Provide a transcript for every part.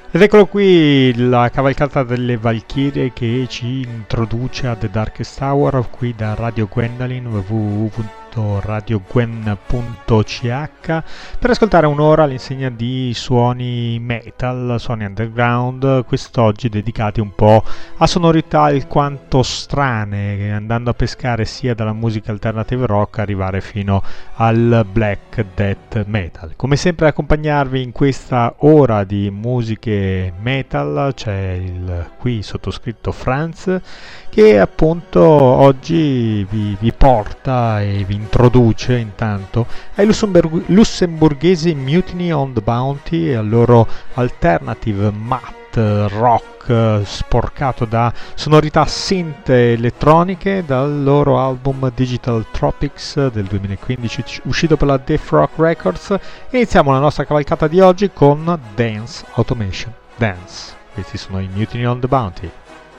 Ed eccolo qui, la cavalcata delle Valchirie che ci introduce a The Darkest Hour qui da Radio Gwendolyn, www.radiogwen.ch, per ascoltare un'ora all'insegna di suoni metal, suoni underground, quest'oggi dedicati un po' a sonorità alquanto strane, andando a pescare sia dalla musica alternative rock arrivare fino al black death metal. Come sempre ad accompagnarvi in questa ora di musiche metal c'è il qui sottoscritto Franz, che appunto oggi vi porta e vi introduce intanto ai lussemburghesi Mutiny on the Bounty e al loro alternative math rock sporcato da sonorità synth elettroniche dal loro album Digital Tropics del 2015 uscito per la Death Rock Records. Iniziamo la nostra cavalcata di oggi con Dance Automation Dance. Questi sono i Mutiny on the Bounty.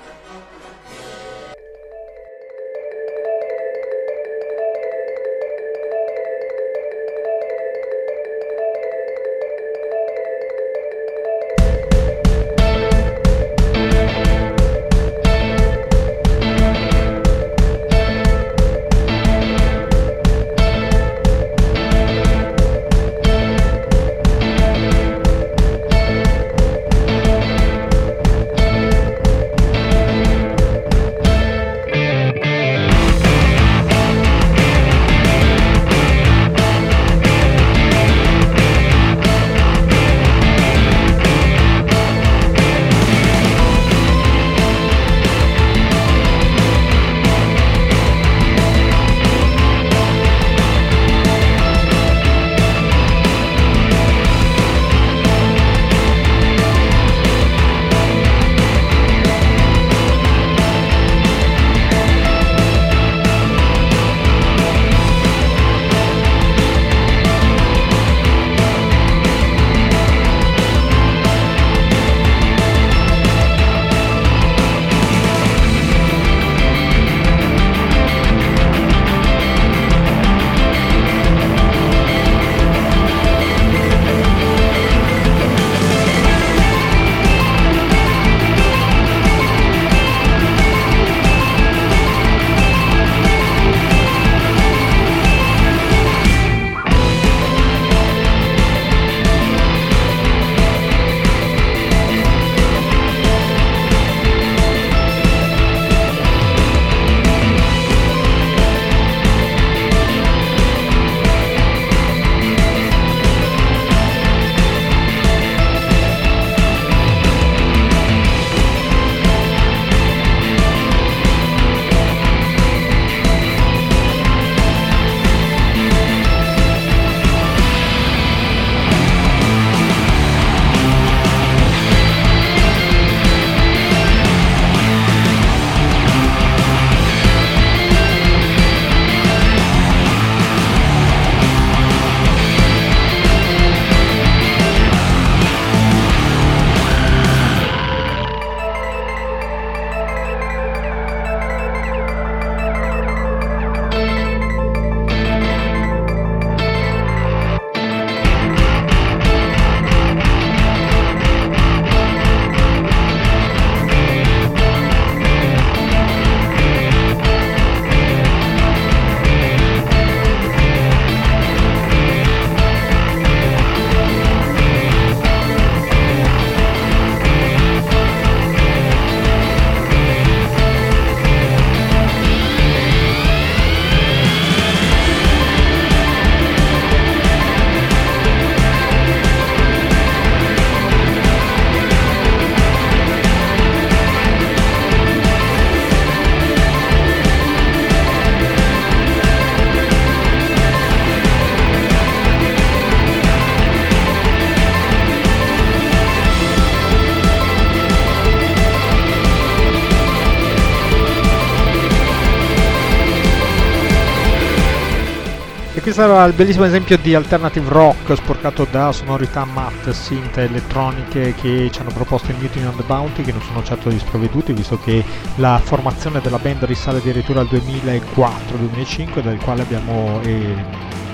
Questo era il bellissimo esempio di alternative rock sporcato da sonorità matte, synth elettroniche che ci hanno proposto i Mutiny on the Bounty, che non sono certo sprovveduti, visto che la formazione della band risale addirittura al 2004-2005, dal quale abbiamo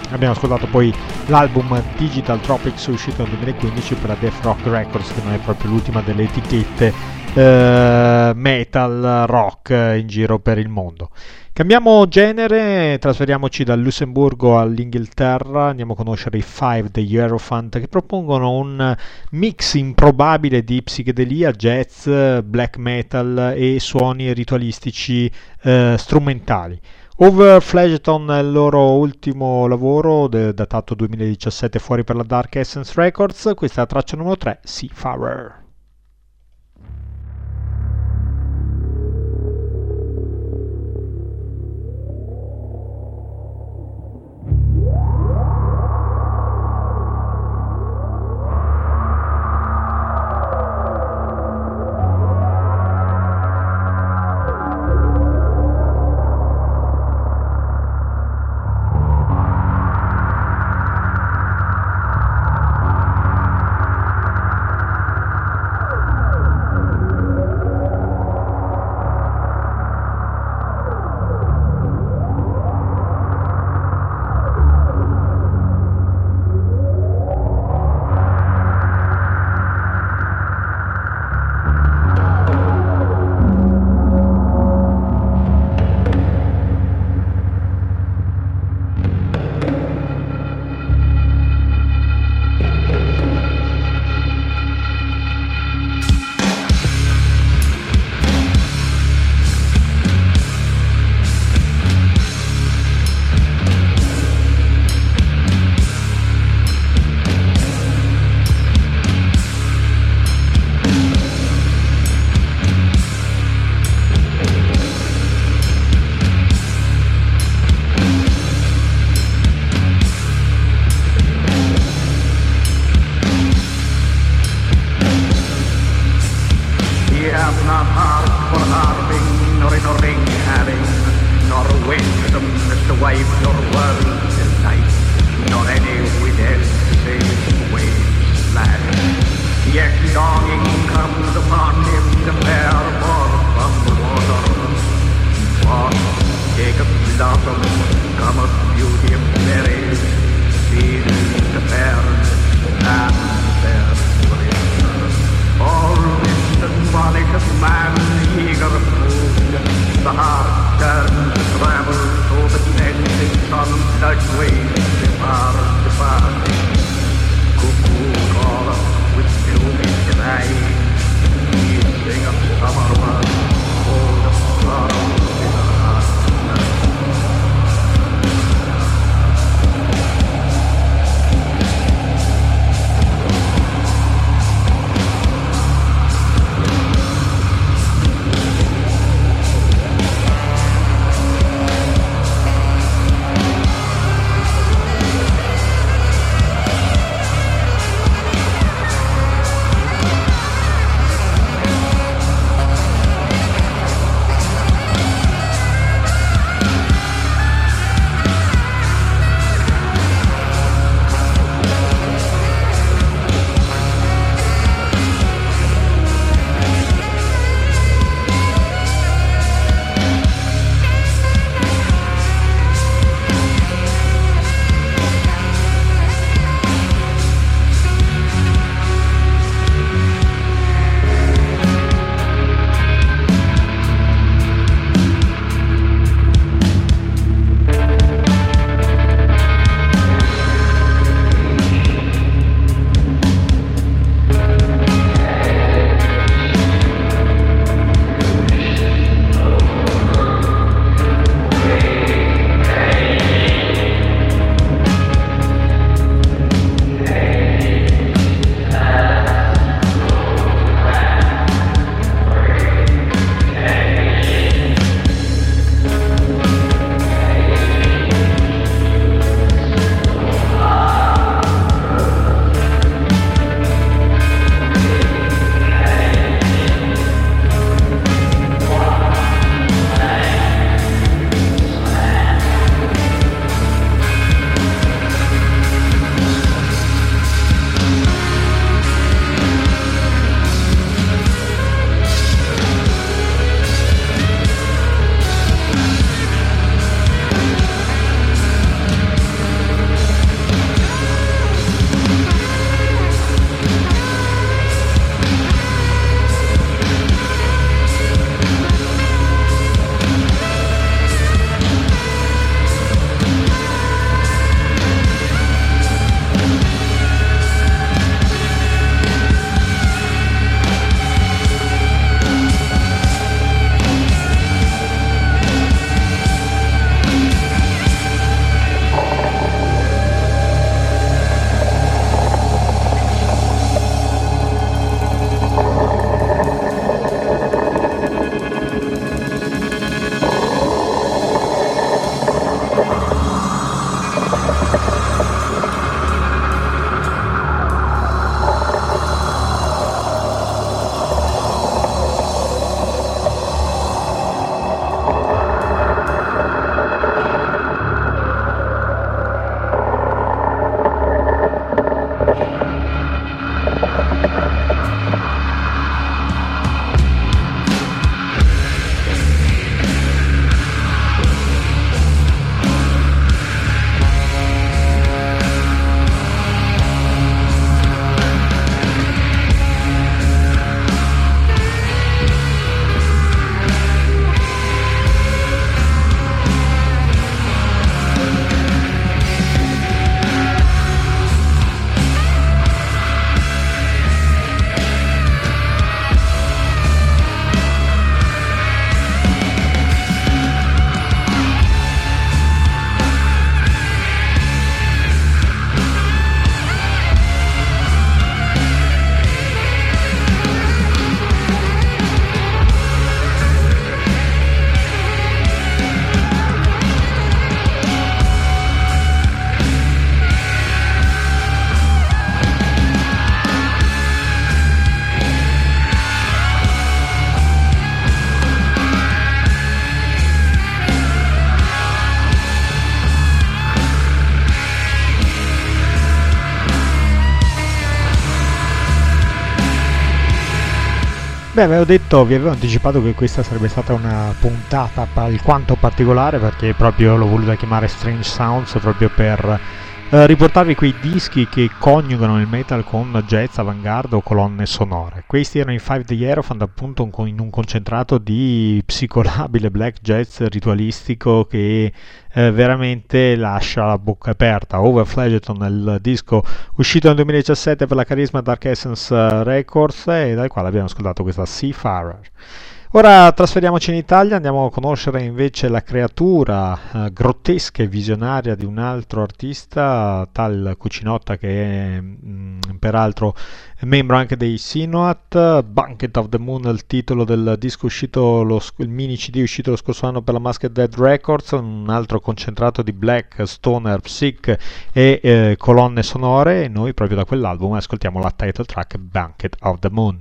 Abbiamo ascoltato poi l'album Digital Tropics uscito nel 2015 per la Death Rock Records, che non è proprio l'ultima delle etichette metal rock in giro per il mondo. Cambiamo genere, trasferiamoci dal Lussemburgo all'Inghilterra, andiamo a conoscere i Five degli Hierophant, che propongono un mix improbabile di psichedelia, jazz, black metal e suoni ritualistici strumentali. Over Fledgeton è il loro ultimo lavoro, datato 2017, fuori per la Dark Essence Records. Questa è la traccia numero 3, Seafarer. Beh, vi avevo anticipato che questa sarebbe stata una puntata alquanto particolare perché proprio l'ho voluta chiamare Strange Sounds proprio per riportarvi quei dischi che coniugano il metal con jazz, avanguardia o colonne sonore. Questi erano i Five the Hierophant, appunto in un concentrato di psicolabile black jazz ritualistico che veramente lascia la bocca aperta. Overfledgeton, il disco uscito nel 2017 per la Charisma Dark Essence Records e dal quale abbiamo ascoltato questa Seafarer. Ora trasferiamoci in Italia, andiamo a conoscere invece la creatura grottesca e visionaria di un altro artista, tal Cucinotta, che è peraltro membro anche dei Sinuat. Banquet of the Moon è il titolo del disco uscito, il mini CD uscito lo scorso anno per la Masked Dead Records, un altro concentrato di black, stoner, psych e colonne sonore, e noi proprio da quell'album ascoltiamo la title track Banquet of the Moon.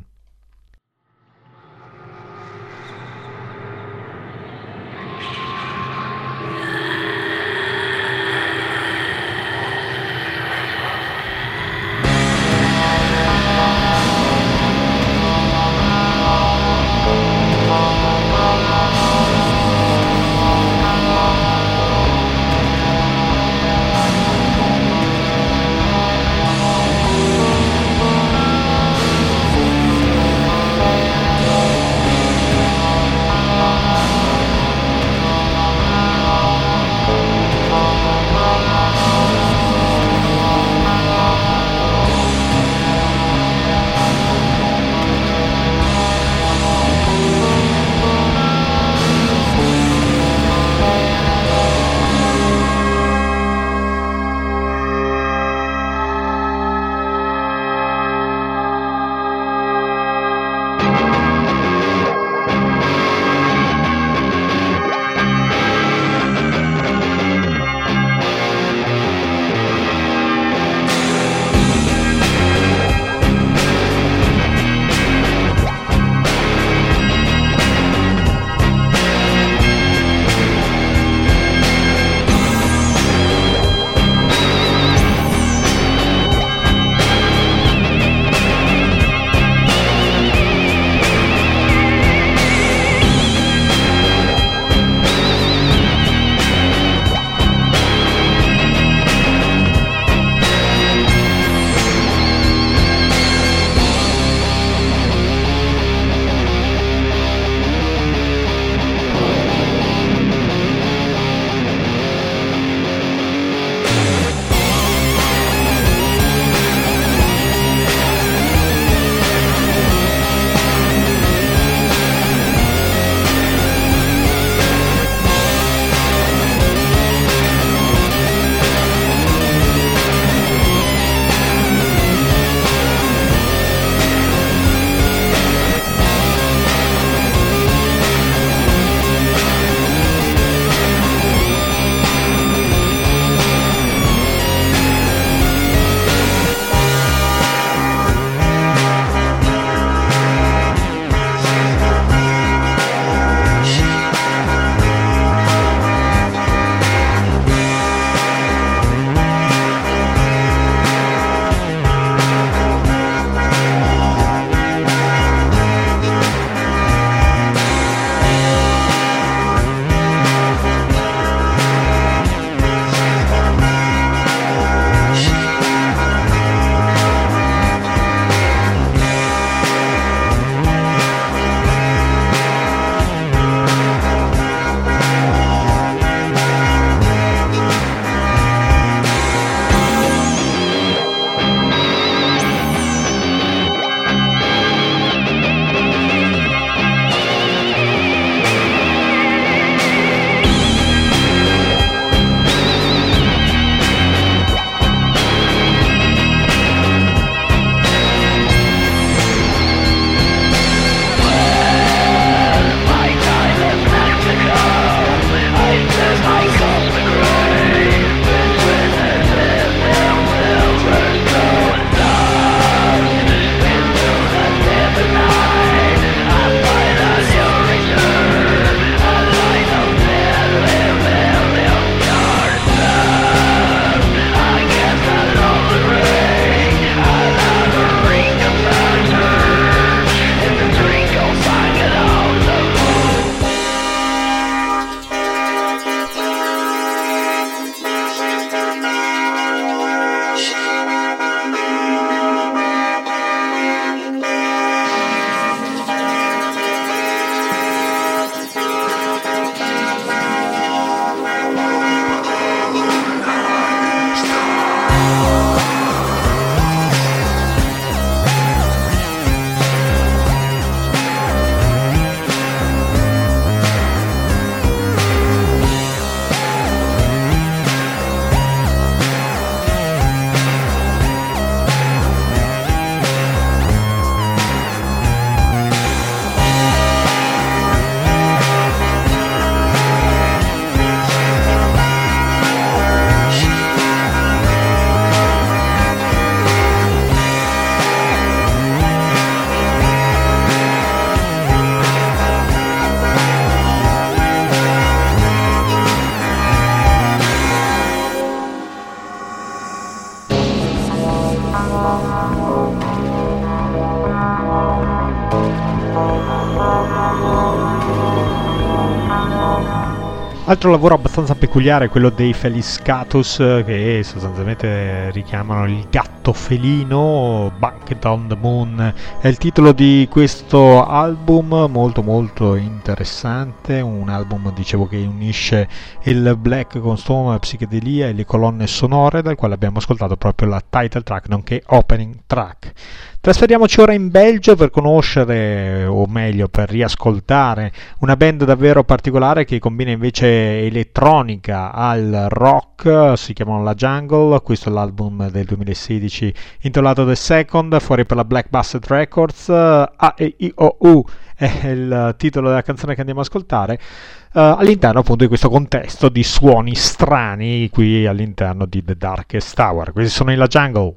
Altro lavoro abbastanza peculiare è quello dei Feliscatus, che sostanzialmente richiamano il gatto felino. Banquet on the Moon è il titolo di questo album, molto molto interessante, un album, dicevo, che unisce il black con stone, la psichedelia e le colonne sonore, dal quale abbiamo ascoltato proprio la title track nonché opening track. Trasferiamoci ora in Belgio per conoscere, o meglio per riascoltare, una band davvero particolare che combina invece elettronica al rock. Si chiamano La Jungle. Questo è l'album del 2016 intitolato The Second, fuori per la Black Basset Records. A-E-I-O-U è il titolo della canzone che andiamo ad ascoltare, all'interno appunto di questo contesto di suoni strani qui all'interno di The Darkest Tower. Questi sono i La Jungle.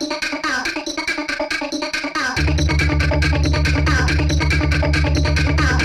Out.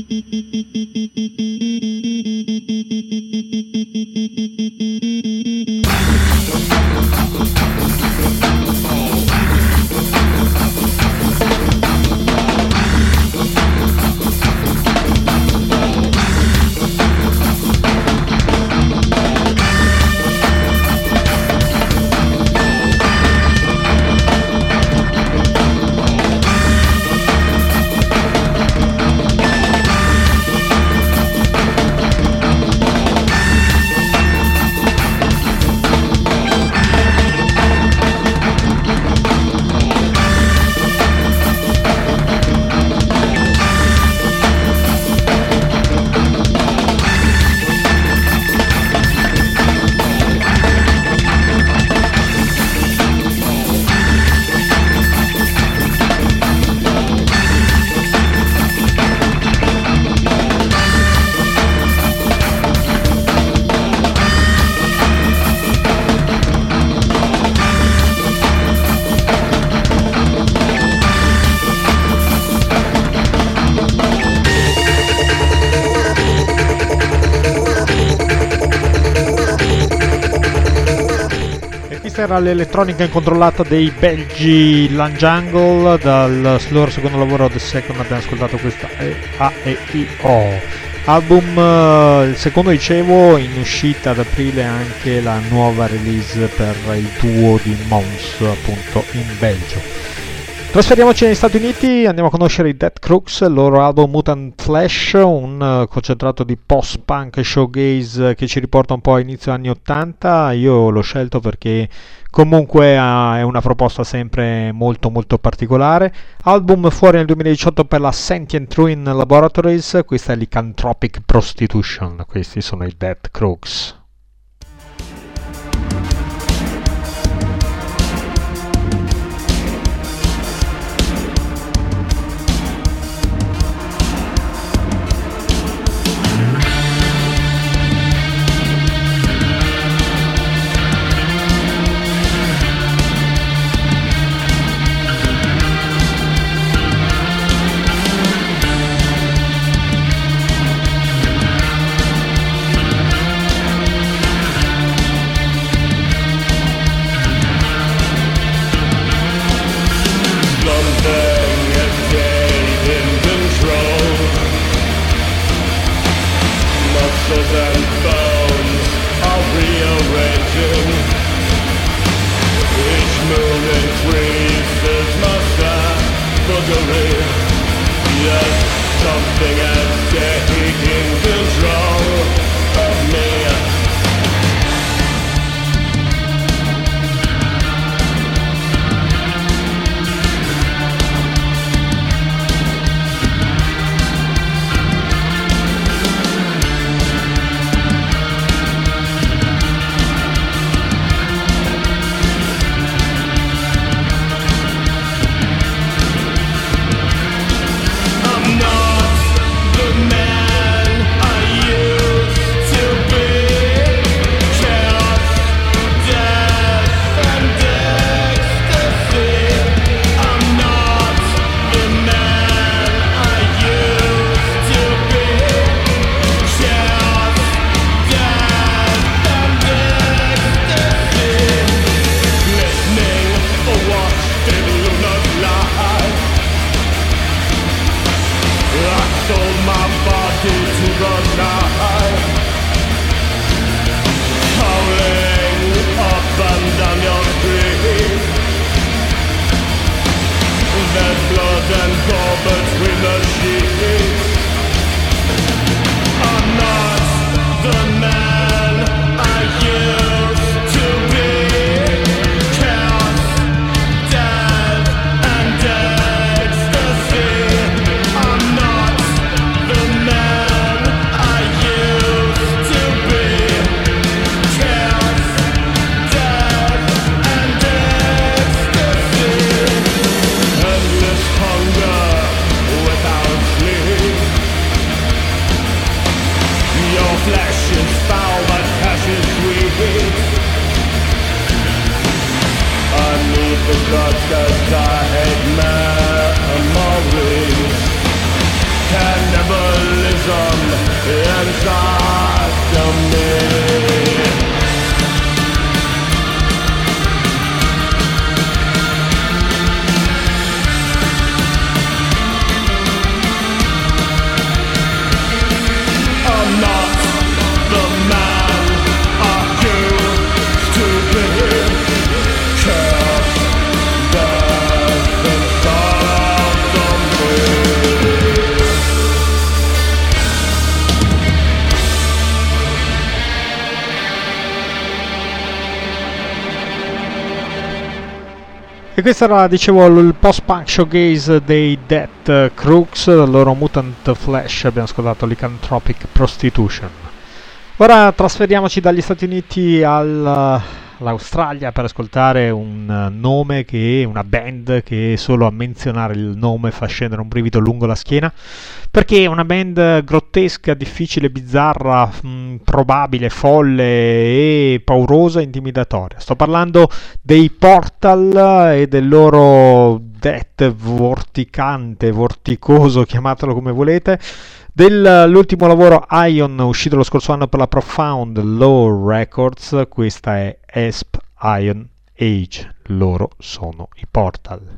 Era l'elettronica incontrollata dei belgi Lan Jungle. Dal loro secondo lavoro The Second abbiamo ascoltato questa A-E-I-O album, il secondo dicevo, in uscita ad aprile anche la nuova release per il duo di Mons appunto in Belgio. Trasferiamoci negli Stati Uniti, andiamo a conoscere i Dead Crooks, il loro album Mutant Flesh, un concentrato di post-punk showgaze che ci riporta un po' a inizio anni 80. Io l'ho scelto perché comunque è una proposta sempre molto molto particolare. Album fuori nel 2018 per la Sentient Ruin Laboratories, questa è Lycanthropic Prostitution, questi sono i Dead Crooks. I'm not the man I E questo era, dicevo, il post-punk showcase dei Death Crooks, dal loro Mutant Flesh. Abbiamo ascoltato Lycanthropic Prostitution. Ora trasferiamoci dagli Stati Uniti all'Australia per ascoltare un nome una band che solo a menzionare il nome fa scendere un brivido lungo la schiena, perché è una band grottesca, difficile, bizzarra, probabile, folle e paurosa e intimidatoria. Sto parlando dei Portal e del loro death vorticante, vorticoso, chiamatelo come volete, dell'ultimo lavoro Ion, uscito lo scorso anno per la Profound Law Records. Questa è Asp Ion Age, loro sono i Portal.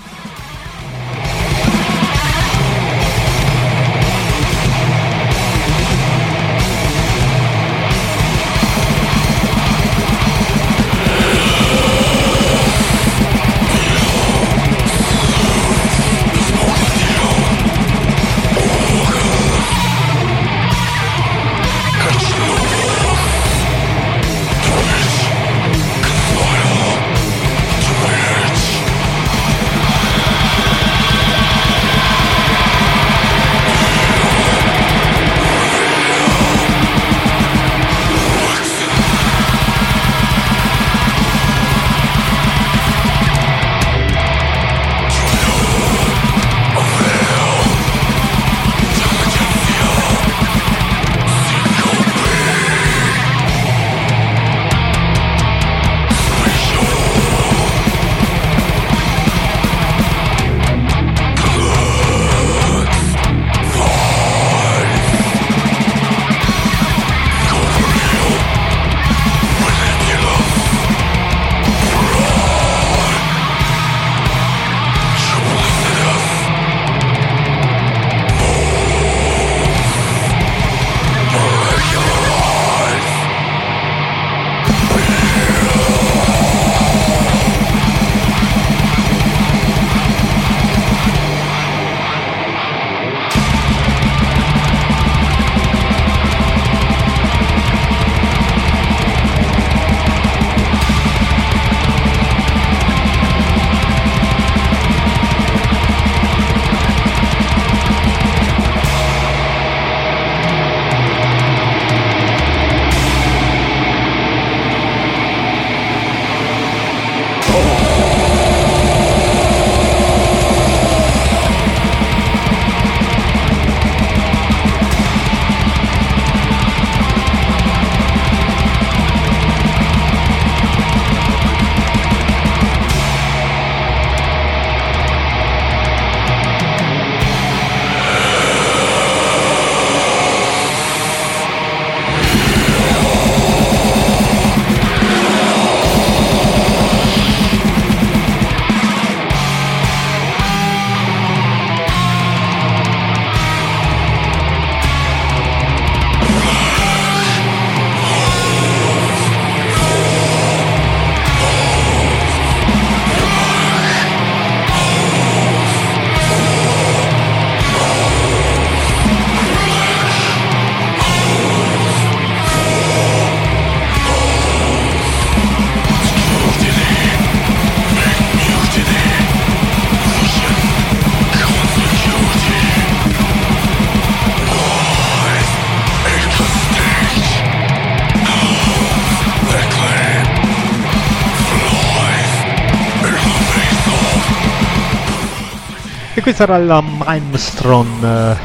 E questo era il Malmstrom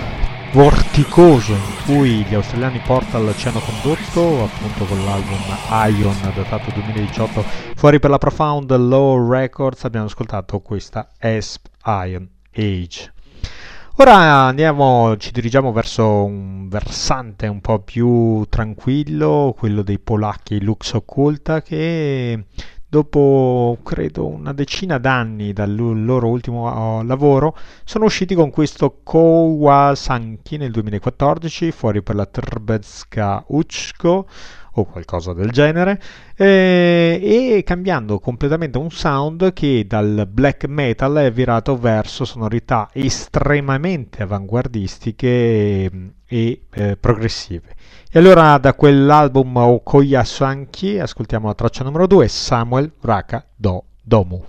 vorticoso in cui gli australiani Portal ci hanno condotto, appunto con l'album Ion datato 2018 fuori per la Profound Law Records. Abbiamo ascoltato questa Asp Ion Age. Ora ci dirigiamo verso un versante un po' più tranquillo, quello dei polacchi Lux Occulta, che dopo credo una decina d'anni dal loro ultimo lavoro sono usciti con questo Kowasanki nel 2014, fuori per la Trubezka Uchko o qualcosa del genere, e cambiando completamente un sound che dal black metal è virato verso sonorità estremamente avanguardistiche e progressive. E allora da quell'album Okoya Sanki ascoltiamo la traccia numero 2, Samuel Raka do Domu.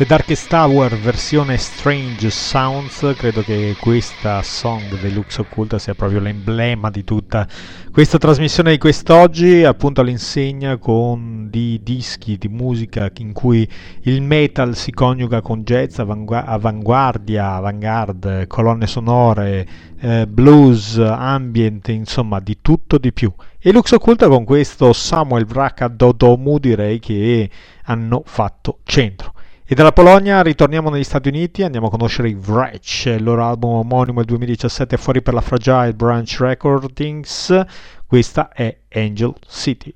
Darkest Tower versione Strange Sounds. Credo che questa song dei Lux Occulta sia proprio l'emblema di tutta questa trasmissione di quest'oggi, appunto all'insegna con di dischi di musica in cui il metal si coniuga con jazz, avanguardia, avant-garde, colonne sonore, blues, ambient, insomma di tutto di più. E Lux Occulta con questo Samuel Wraka Dodomu direi che hanno fatto centro. E dalla Polonia ritorniamo negli Stati Uniti, andiamo a conoscere i Wretch, il loro album omonimo del 2017 è fuori per la Fragile Branch Recordings, questa è Angel City.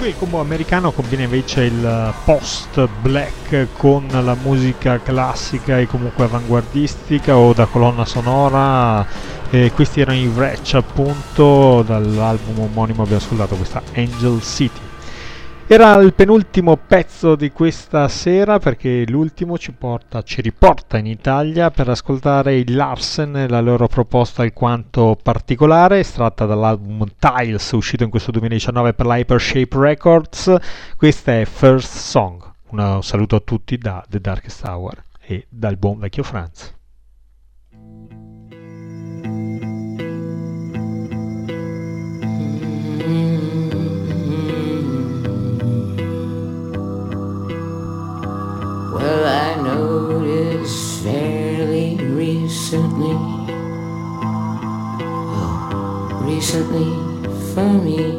Qui il combo americano combina invece il post-black con la musica classica e comunque avanguardistica o da colonna sonora. Questi erano i Wretch, appunto, dall'album omonimo abbiamo ascoltato questa Angel City. Era il penultimo pezzo di questa sera perché l'ultimo ci riporta in Italia per ascoltare i Larsen e la loro proposta alquanto particolare, estratta dall'album Tiles uscito in questo 2019 per la Hypershape Records. Questa è First Song. Un saluto a tutti da The Darkest Hour e dal buon vecchio Franz. Well, I noticed fairly recently for me,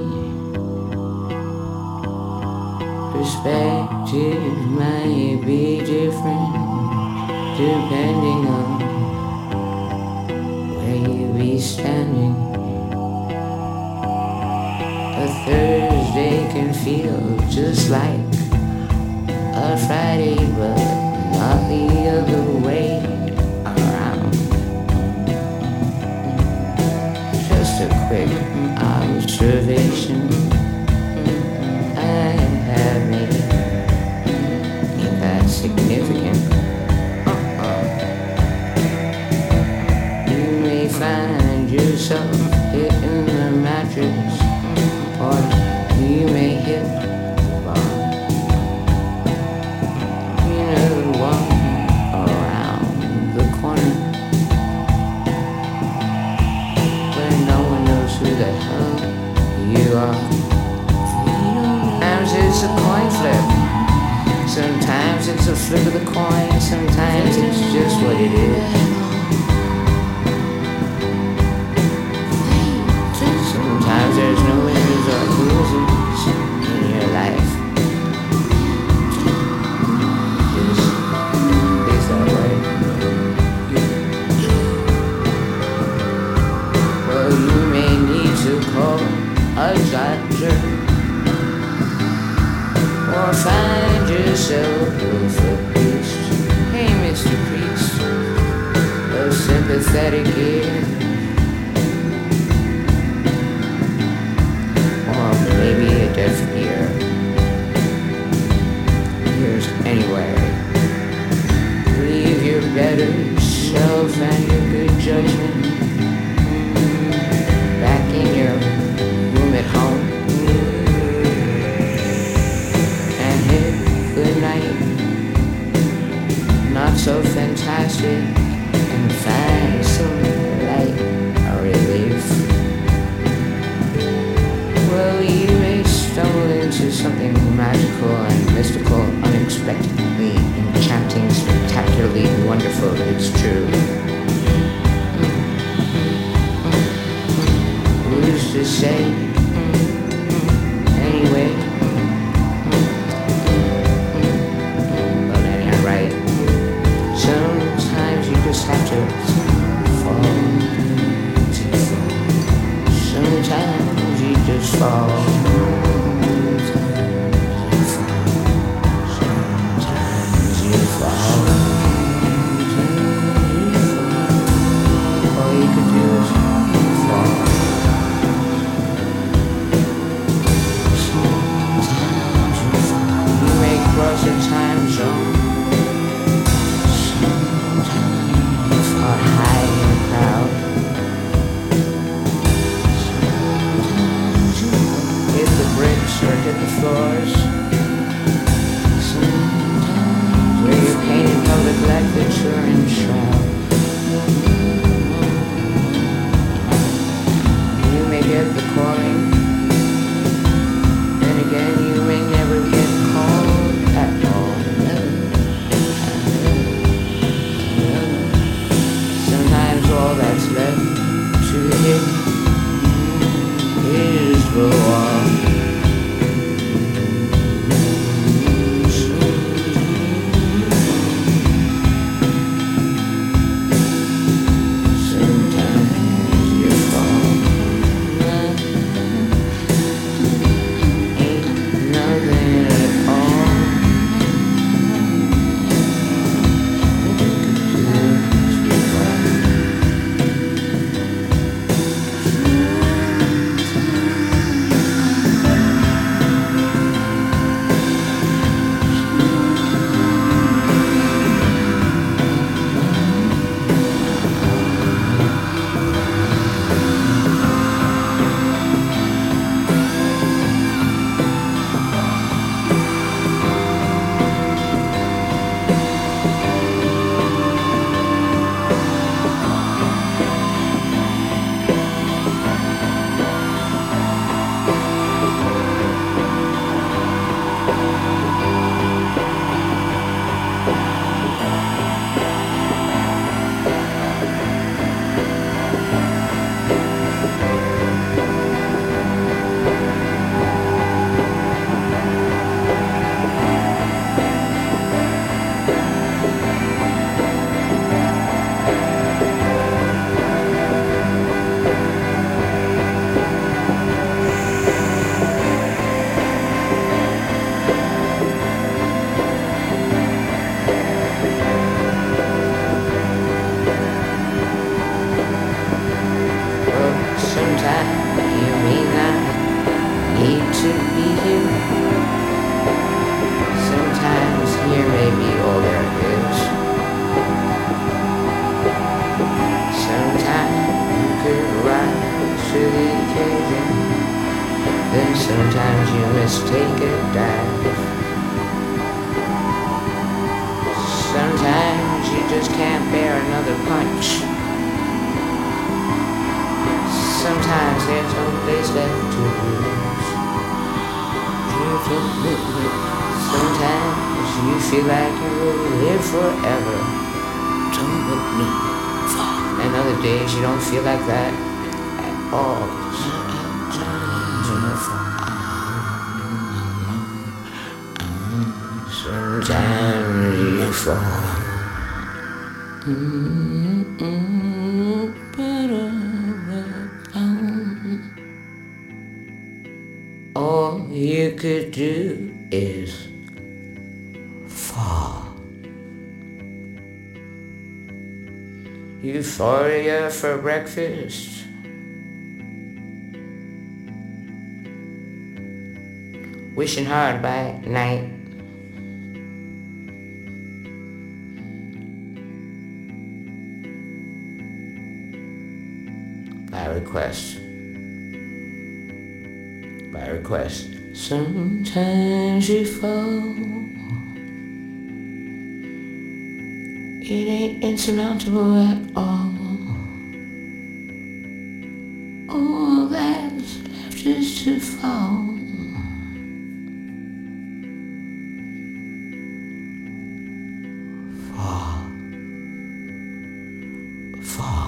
perspective might be different depending on where you be standing. A Thursday can feel just like a Friday, but not the other way around. Just a quick observation I have made. Ain't that significant? You may find yourself hitting the mattress, or you may hit the bar. Sometimes it's a coin flip. Sometimes it's a flip of the coin. Sometimes it's just what it is. Sometimes there's no winners or losers in your life. Just is that way. Well, you may need to call a doctor, or find yourself a priest. Hey, Mr. Priest, a sympathetic ear, or maybe a deaf ear. Here's anyway. Leave your better self and your good judgment back in your room at home. Not so fantastic, and find some light or relief. Well, you may stumble into something magical and mystical, unexpectedly enchanting, spectacularly wonderful, it's true. Who's to say? Anyway, sometimes you just have to fall. Sometimes you just fall. Sometimes you fall. All you could do is fall. Sometimes you fall. You may cross a time zone, or high in a crowd. Hit the bricks or hit the floors. Where you're painted public like the Turin shroud. You may get the calling, then again you may never get called at all. All that's left to hit is the wall. Sometimes you fall. Ain't Sometimes you mistake a dive. Sometimes you just can't bear another punch. Sometimes there's no place left to lose. Sometimes you feel like you will live forever. Don't let me fall. And other days you don't feel like that at all. Sometimes you fall. All you could do is fall. Euphoria for breakfast. Wishing hard by night. By request. Sometimes you fall. It ain't insurmountable at all. All that's left is to fall. Fall.